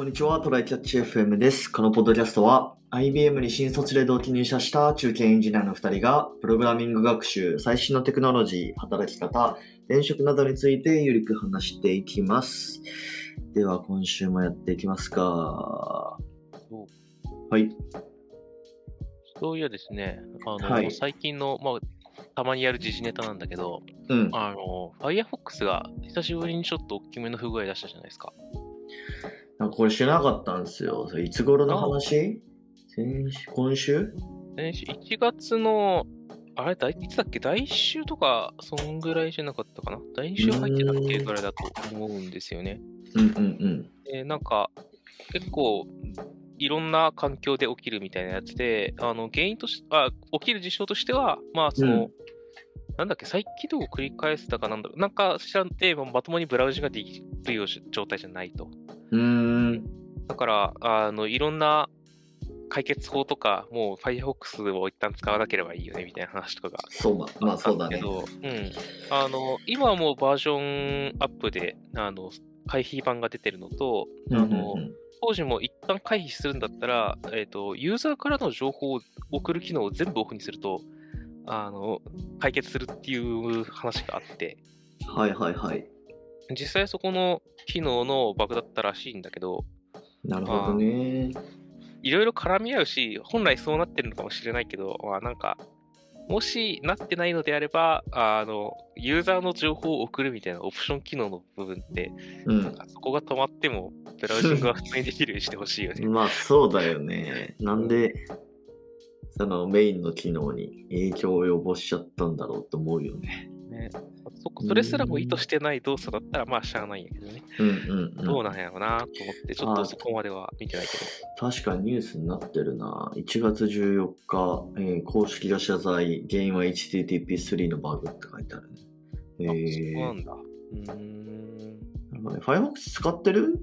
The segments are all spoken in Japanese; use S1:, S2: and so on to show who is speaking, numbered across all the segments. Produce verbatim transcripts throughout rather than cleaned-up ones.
S1: んにちは、トライキャッチ エフエム です。このポッドキャストは アイビーエム に新卒で同期入社した中堅エンジニアのふたりがプログラミング学習、最新のテクノロジー、働き方、転職などについてゆるく話していきます。では今週もやっていきますか。
S2: そう
S1: はい。
S2: そういやですね、あの、
S1: はい
S2: 最近の、まあ、たまにやる時事ネタなんだけど、
S1: うん。
S2: あの、Firefox が久しぶりにちょっと大きめの不具合出したじゃないですか。
S1: なんかこれ知らなかったんですよ。それいつ頃の話？先週今週
S2: 先週いちがつの、あれ、だいいつだっけだいいっ週とか、そんぐらいじゃなかったかなだいに週入ってたっけぐらいだと思うんですよね。
S1: うんうんうん。
S2: で、なんか、結構、いろんな環境で起きるみたいなやつで、あの、原因とし、あ、起きる事象としては、まあ、その、
S1: うん
S2: なんだっけ、再起動を繰り返すだかなんだろう。なんか知らんで、まともにブラウジができるような状態じゃないと。
S1: うーん。
S2: だから、あの、いろんな解決法とか、もう Firefox を一旦使わなければいいよね、みたいな話とかが
S1: そうだ。まあそうだね。
S2: けど、うん。あの、今はもうバージョンアップで、あの、回避版が出てるのと、あの、
S1: うんうんうん
S2: 当時も一旦回避するんだったら、えっと、ユーザーからの情報を送る機能を全部オフにすると、あの、解決するっていう話があって、
S1: はいはいはい。
S2: 実際そこの機能のバグだったらしいんだけど、
S1: なるほどね。
S2: いろいろ絡み合うし、本来そうなってるのかもしれないけど、まあ、なんか、もしなってないのであれば、あの、ユーザーの情報を送るみたいなオプション機能の部分って、
S1: うん。
S2: そこが止まっても、ブラウジングは普通にできるようにしてほしいよね。
S1: まあそうだよね。なんで、そのメインの機能に影響を及ぼしちゃったんだろうと思うよね。
S2: ねそこそれすらも意図してない動作だったら、まあしゃあないんやけどね。
S1: うんうんうん。
S2: どうなんやろうなと思って、ちょっとそこまでは見てないけど。
S1: 確かにニュースになってるな。いちがつじゅうよっか、えー公式が謝罪、原因は エイチティーティーピースリー のバグって書いてあるね。え
S2: あ、
S1: ー、
S2: そうなんだ。うーん。
S1: なるほどね。Firefox 使ってる？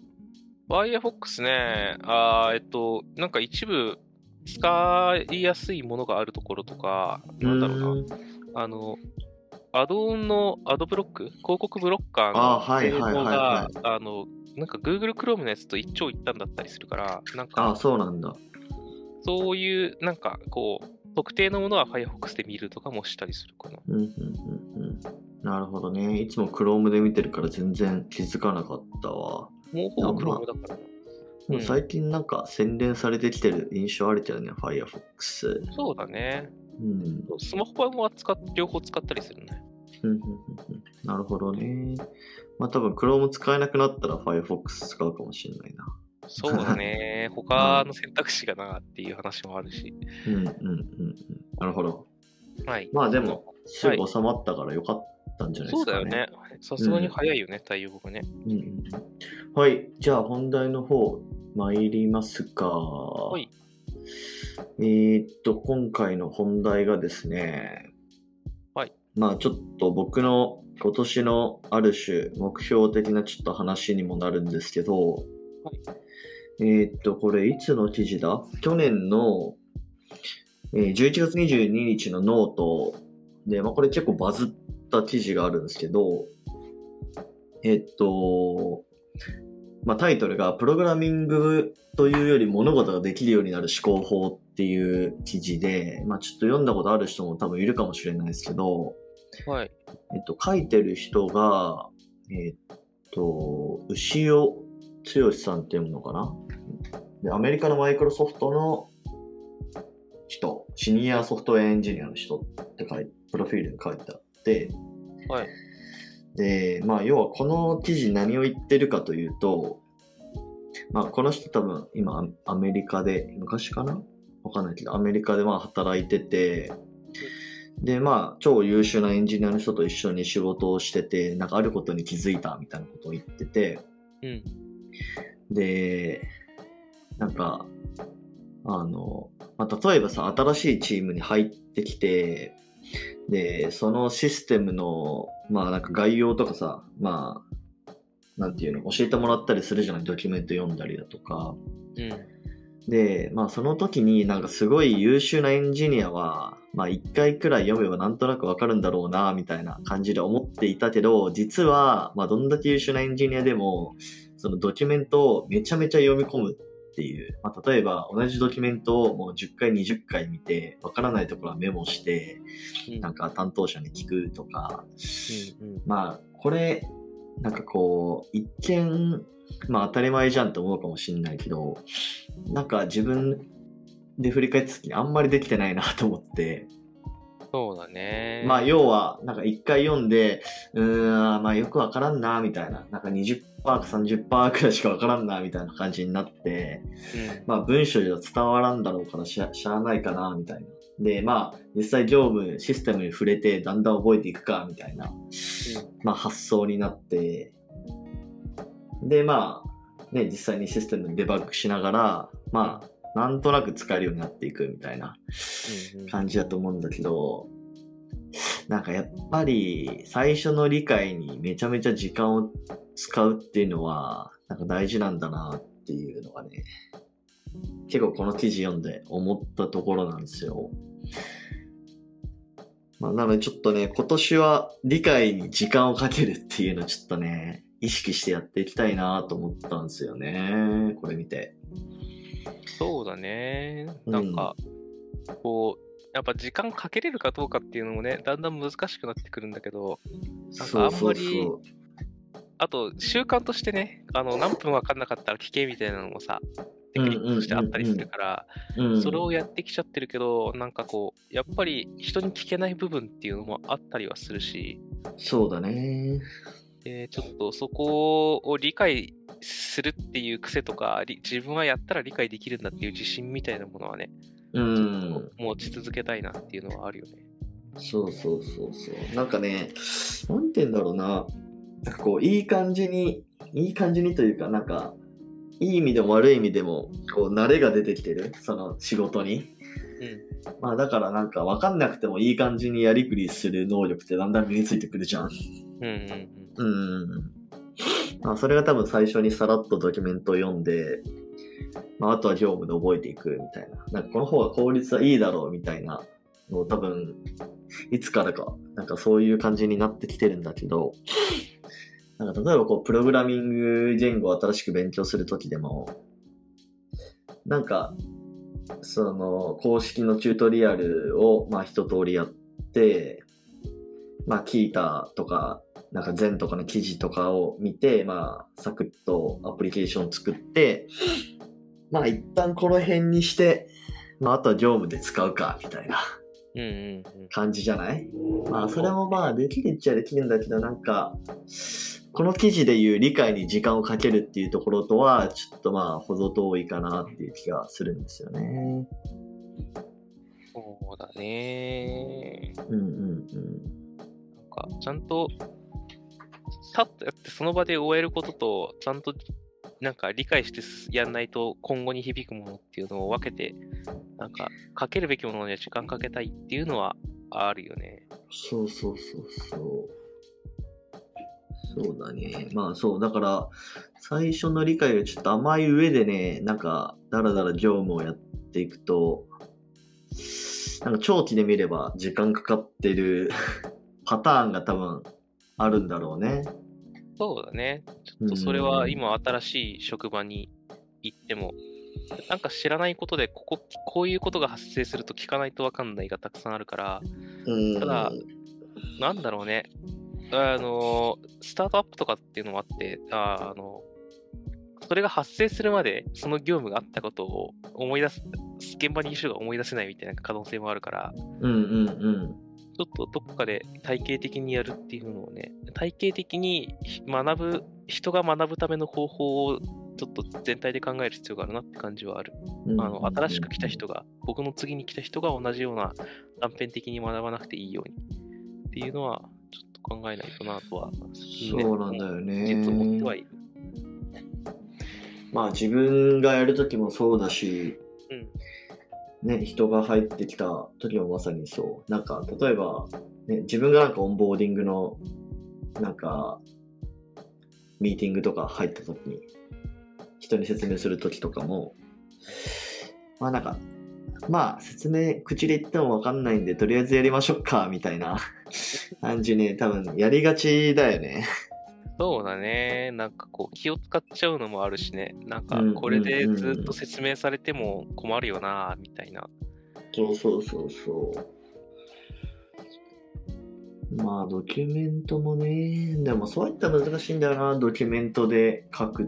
S2: Firefox ね、あーえっと、なんか一部使いやすいものがあるところとか、なんだろうな、
S1: うーん
S2: あの、アドオンのアドブロック、広告ブロッカー
S1: あ
S2: の性
S1: はいはい
S2: 能
S1: はいは
S2: が、あの、なんか Google Chrome のやつと一長一短だったりするから、なん
S1: ああ、
S2: か、
S1: そうなんだ。
S2: そういう、なんか、こう、特定のものは Firefox で見るとかもしたりするかな。
S1: うんうんうんうん。なるほどね。いつも Chrome で見てるから全然気づかなかったわ。
S2: もうほぼ
S1: いやまあ
S2: Chrome だからな。
S1: でも最近なんか洗練されてきてる印象あるけどね、Firefox。
S2: そうだね。
S1: うん。
S2: スマホ版は使っ両方使ったりするね。
S1: うんうんうんうんなるほどね。まあ多分 Chrome 使えなくなったら Firefox 使うかもしれないな。
S2: そうだね。他の選択肢がなっていう話もあるし。
S1: うんうんうんうん。なるほど。
S2: はい。
S1: まあでも、すぐ収まったからよかったんじゃないで
S2: そう
S1: すかね。
S2: だよね。さすがに早いよね、対応がね。
S1: うんうんうん、はい。じゃあ本題の方、参りますか。
S2: はい。
S1: えー、っと、今回の本題がですね、
S2: はい。
S1: まあちょっと僕の今年のある種目標的なちょっと話にもなるんですけど、
S2: はい。
S1: えー、っと、これいつの記事だ？去年の、えー、じゅういちがつにじゅうににちのノートで、まあこれ結構バズった記事があるんですけど、えー、っと、まあタイトルがプログラミングというより物事ができるようになる思考法っていう記事で、まあちょっと読んだことある人も多分いるかもしれないですけど、
S2: はい。
S1: えっと、書いてる人が、えっと、牛尾剛さんっていうのかなで、アメリカのマイクロソフトの人、シニアソフトウェアエンジニアの人って書いて、プロフィールに書いてあって、
S2: はい。
S1: で、まあ、要はこの記事何を言ってるかというと、まあ、この人多分今アメリカで、昔かなわかんないけど、アメリカでまあ働いてて、で、まあ、超優秀なエンジニアの人と一緒に仕事をしてて、なんかあることに気づいたみたいなことを言ってて、
S2: うん。
S1: で、なんか、あの、まあ、例えばさ、新しいチームに入ってきて、で、そのシステムの、まあなんか概要とかさ、まあ、なんていうの、教えてもらったりするじゃない、ドキュメント読んだりだとか。
S2: うん。
S1: で、まあその時になんかすごい優秀なエンジニアは、 まあ一回くらい読めばなんとなくわかるんだろうな、みたいな感じで思っていたけど、実は、まあどんだけ優秀なエンジニアでも、そのドキュメントをめちゃめちゃ読み込むっていう、まあ例えば同じドキュメントをもうじゅっかい、にじゅっかい見て、わからないところはメモして、なんか担当者に聞くとか、
S2: うんうん、
S1: まあこれ、なんかこう、一見、まあ当たり前じゃんと思うかもしれないけど、なんか自分で振り返った時にあんまりできてないなと思って、
S2: そうだね。
S1: まあ要は、なんか一回読んで、うーん、まあよくわからんな、みたいな。なんかにじゅっパーセントかさんじゅっパーセントくらいしかわからんな、みたいな感じになって、
S2: うん、
S1: まあ文章じゃ伝わらんだろうからしゃしゃあないかな、みたいな。で、まあ実際業務、システムに触れてだんだん覚えていくか、みたいな、
S2: うん、
S1: まあ発想になって、で、まあ、ね、実際にシステムにデバッグしながら、まあ、なんとなく使えるようになっていくみたいな
S2: うんうん、
S1: 感じだと思うんだけど、なんかやっぱり最初の理解にめちゃめちゃ時間を使うっていうのは、なんか大事なんだなっていうのがね、結構この記事読んで思ったところなんですよ。まあ、なのでちょっとね、今年は理解に時間をかけるっていうのをちょっとね、意識してやっていきたいなと思ったんですよね。これ見て。
S2: そうだね。
S1: うん
S2: なんか、こう、やっぱ時間かけれるかどうかっていうのもね、だんだん難しくなってくるんだけど、なんかあんまり、
S1: そうそうそう
S2: あと習慣としてね、あの何分分かんなかったら聞けみたいなのもさ、テクニックとしてあったりするから、
S1: うん
S2: それをやってきちゃってるけど、なんかこう、やっぱり人に聞けない部分っていうのもあったりはするし、
S1: そうだね。
S2: でちょっとそこを理解するっていう癖とか、り自分はやったら理解できるんだっていう自信みたいなものはね、
S1: う
S2: ちょっ
S1: ん。
S2: と持ち続けたいなっていうのはあるよね。
S1: そうそうそうそう。なんかね、なんて言うんだろうな。なんかこう、いい感じに、いい感じにというか、なんか、いい意味でも悪い意味でも、こう、慣れが出てきてる。その仕事に。
S2: うん。
S1: まあだからなんか分かんなくてもいい感じにやりくりする能力ってだんだん身についてくるじゃん。
S2: うんうん
S1: うん。まあそれが多分最初にさらっとドキュメントを読んで、まああとは業務で覚えていくみたいな。なんかこの方が効率はいいだろうみたいなのを多分、いつからか、なんかそういう感じになってきてるんだけど、なんか例えばこうプログラミング言語を新しく勉強するときでも、なんかその公式のチュートリアルをまあ一通りやって、まあキータとかなんかゼンとかの記事とかを見て、まあサクッとアプリケーションを作って、まあ一旦この辺にして、まああとは業務で使うかみたいな
S2: うんうんうん。
S1: 感じじゃない？まあそれもまあできるっちゃできるんだけど、なんかこの記事でいう理解に時間をかけるっていうところとはちょっとまあ程遠いかなっていう気がするんですよね。
S2: そうだね。
S1: うんうんうん。
S2: なんかちゃんと、さっとやってその場で終えることと、ちゃんとなんか理解してやんないと今後に響くものっていうのを分けて、なんかかけるべきものには時間かけたいっていうのはあるよね。
S1: そうそうそうそう。そうだね。まあそう、だから最初の理解がちょっと甘い上でね、なんかだらだら業務をやっていくと、なんか長期で見れば時間かかってるパターンが多分あるんだろうね。
S2: そうだね。ちょっとそれは今新しい職場に行っても、なんか知らないことでここ、こういうことが発生すると聞かないと分かんないがたくさんあるから、ただ、なんだろうね。あの、スタートアップとかっていうのもあって、あの、それが発生するまでその業務があったことを思い出す、現場にいる人が思い出せないみたいな可能性もあるから、
S1: うんうんうん。
S2: ちょっとどっかで体系的にやるっていうのをね、体系的に学ぶ、人が学ぶための方法をちょっと全体で考える必要があるなって感じはある。
S1: うんうんうん、
S2: あの新しく来た人が、僕の次に来た人が同じような断片的に学ばなくていいようにっていうのはちょっと考えないとなとは、
S1: そうなんだよね。
S2: 実思ってはいる。
S1: まあ自分がやるときもそうだし、
S2: うん、
S1: ね、人が入ってきた時もまさにそう。なんか、例えば、ね、自分がなんかオンボーディングの、なんか、ミーティングとか入った時に、人に説明する時とかも、まあなんか、 まあ説明口で言っても分かんないんでとりあえずやりましょうかみたいな感じね、多分やりがちだよね。
S2: そうだね。なんかこう気を使っちゃうのもあるしね。なんか
S1: うん
S2: これで
S1: うんうん
S2: ずっと説明されても困るよなみたいな。
S1: そうそうそうそう。まあドキュメントもね、でもそういったら難しいんだよな、ドキュメントで書くって。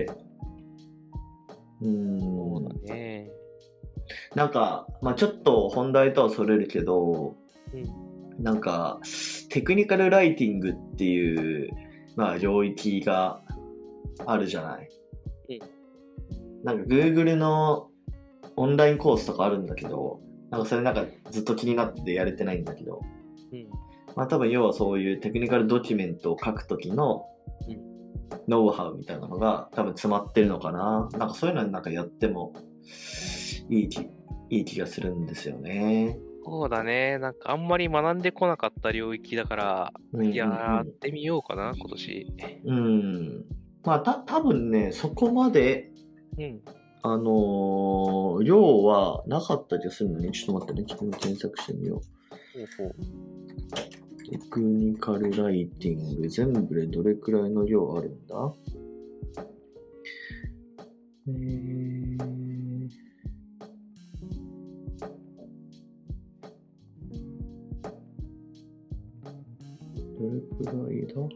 S1: うーん。
S2: そうだね。
S1: なんか、まあちょっと本題とはそれるけど、
S2: うん。
S1: なんかテクニカルライティングっていう、まあ領域があるじゃない。
S2: うん。
S1: なんか Google のオンラインコースとかあるんだけど、なんかそれなんかずっと気になっててやれてないんだけど、
S2: うん。
S1: まあ多分要はそういうテクニカルドキュメントを書くときの
S2: うん
S1: ノウハウみたいなのが多分詰まってるのかな。なんかそういうのなんかやってもいい気、いい気がするんですよね。
S2: そうだね。なんかあんまり学んでこなかった領域だから、
S1: うんうんうん、
S2: やってみようかな、今年。
S1: うん。まあた多分ね、そこまで、
S2: うん。
S1: あのー、量はなかった気がするのに、ちょっと待ってね、ちょっと検索してみよう。
S2: ほうほう。
S1: テクニカルライティング、全部でどれくらいの量あるんだ？えー、どれくらいだ？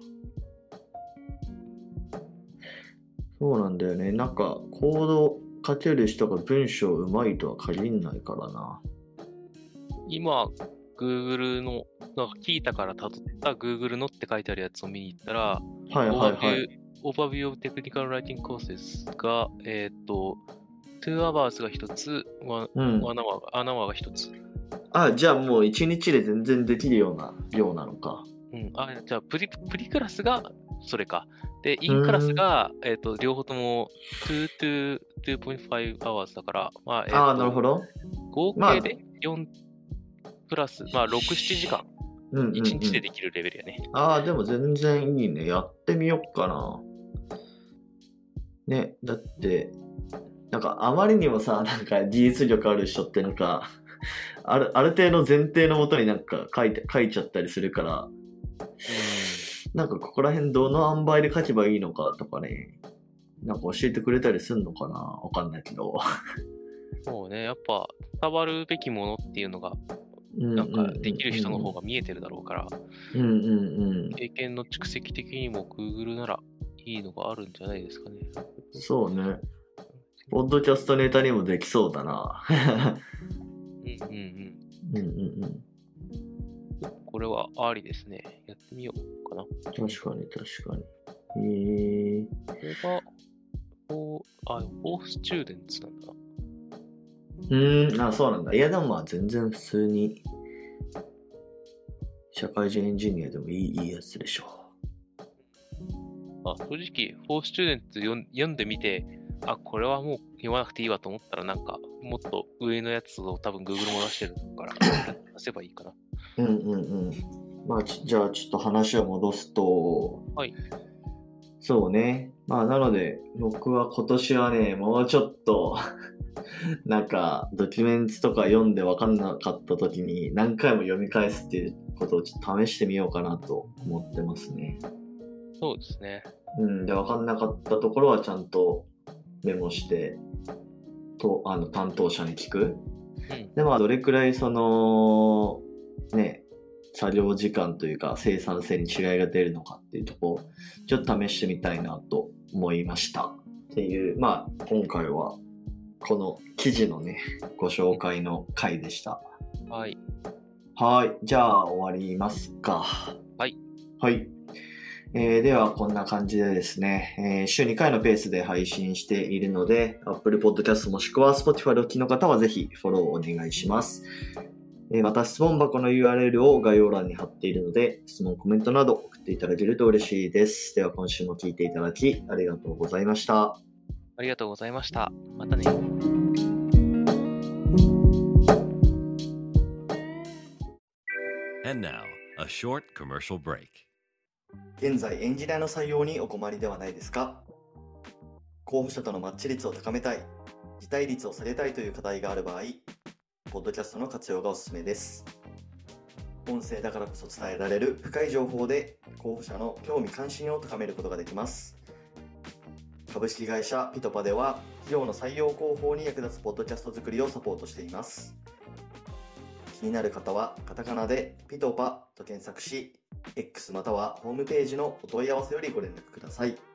S1: そうなんだよね。なんか、コード書ける人が文章うまいとは限んないからな。
S2: 今、Google の、なんか聞いたから辿った Google のって書いてあるやつを見に行ったら、
S1: はいはいはい。
S2: Overview of Technical Writing Courses が、えっ、ー、と、に hours が一つ、ワン、
S1: うん。
S2: ワンアワーが、ワンアワーが一つ。
S1: あ、じゃあもういちにちで全然できるような量なのか。
S2: うん。あ、じゃあプリ、プリクラスがそれか。で、イ
S1: う
S2: ンクラス
S1: ーん。
S2: が、えっ、ー、と、両方ともに to にてんご hours だから、まあ、えっ、
S1: ああ、
S2: ー、と、
S1: なるほど。
S2: 合
S1: まあ、
S2: 計でよんプラス、まあ、ろく、ななじかん。
S1: うんうん
S2: いちにち
S1: うん。
S2: でできるレベルやね。
S1: ああ、でも全然いいね。やってみよっかな。ね、だって、なんかあまりにもさ、なんか技術力ある人ってなんか、ある、ある程度前提のもとになんか書いて、書いちゃったりするから、
S2: うん。
S1: なんかここら辺どの塩梅で書けばいいのかとかね、なんか教えてくれたりすんのかな、わかんないけど。
S2: そうね、やっぱ伝わるべきものっていうのが、なんかできる人の方が見えてるだろうから、
S1: うんうんうん。
S2: 経験の蓄積的にも Google ならいいのがあるんじゃないですかね。
S1: そうね。ポッドキャストネタにもできそうだな。
S2: うんうんうん。
S1: うんうんうん。
S2: これはありですね。やってみようかな。
S1: 確かに確かに。へえー。
S2: これが、フォー、あ、フォースチューデンツなんだな。
S1: うーん、あ、そうなんだ。いや、でもまあ全然普通に社会人エンジニアでもいい、いいやつでしょ
S2: あ、正直、フォースチューデンツ読んでみて、あ、これはもう読まなくていいわと思ったら、なんか、もっと上のやつを多分 Google も出してるから、出せばいいかな。
S1: う。うんうんうん。まあ、じゃあちょっと話を戻すと、
S2: はい。
S1: そうね。まあ、なので、僕は今年はね、もうちょっと、なんか、ドキュメントとか読んで分かんなかった時に何回も読み返すっていうことをちょっと試してみようかなと思ってますね。
S2: そうですね。
S1: うん。で、分かんなかったところはちゃんとメモして、と、あの、担当者に聞く。
S2: うん。
S1: で、まあ、どれくらいその、ね、作業時間というか生産性に違いが出るのかっていうところちょっと試してみたいなと思いましたっていう、まあ今回はこの記事のねご紹介の回でした。
S2: はい。
S1: はい、じゃあ終わりますか。
S2: はい。
S1: はい。えー、ではこんな感じでですね、えー、週にかいのペースで配信しているので Apple Podcast もしくは Spotify でお聞きの方はぜひフォローお願いします。また質問箱の ユーアールエル を概要欄に貼っているので、質問、コメントなど送っていただけると嬉しいです。では今週も聞いていただきありがとうございました。
S2: ありがとうございました。またね。
S3: And now, a short commercial break.
S1: 現在エンジニアの採用にお困りではないですか？候補者とのマッチ率を高めたい、辞退率を下げたいという課題がある場合、 ポッドキャストの活用がおすすめです。音声だからこそ伝えられる深い情報で候補者の興味関心を高めることができます。株式会社ピトパでは企業の採用広報に役立つポッドキャスト作りをサポートしています。気になる方はカタカナでピトパと検索し、X またはホームページのお問い合わせよりご連絡ください。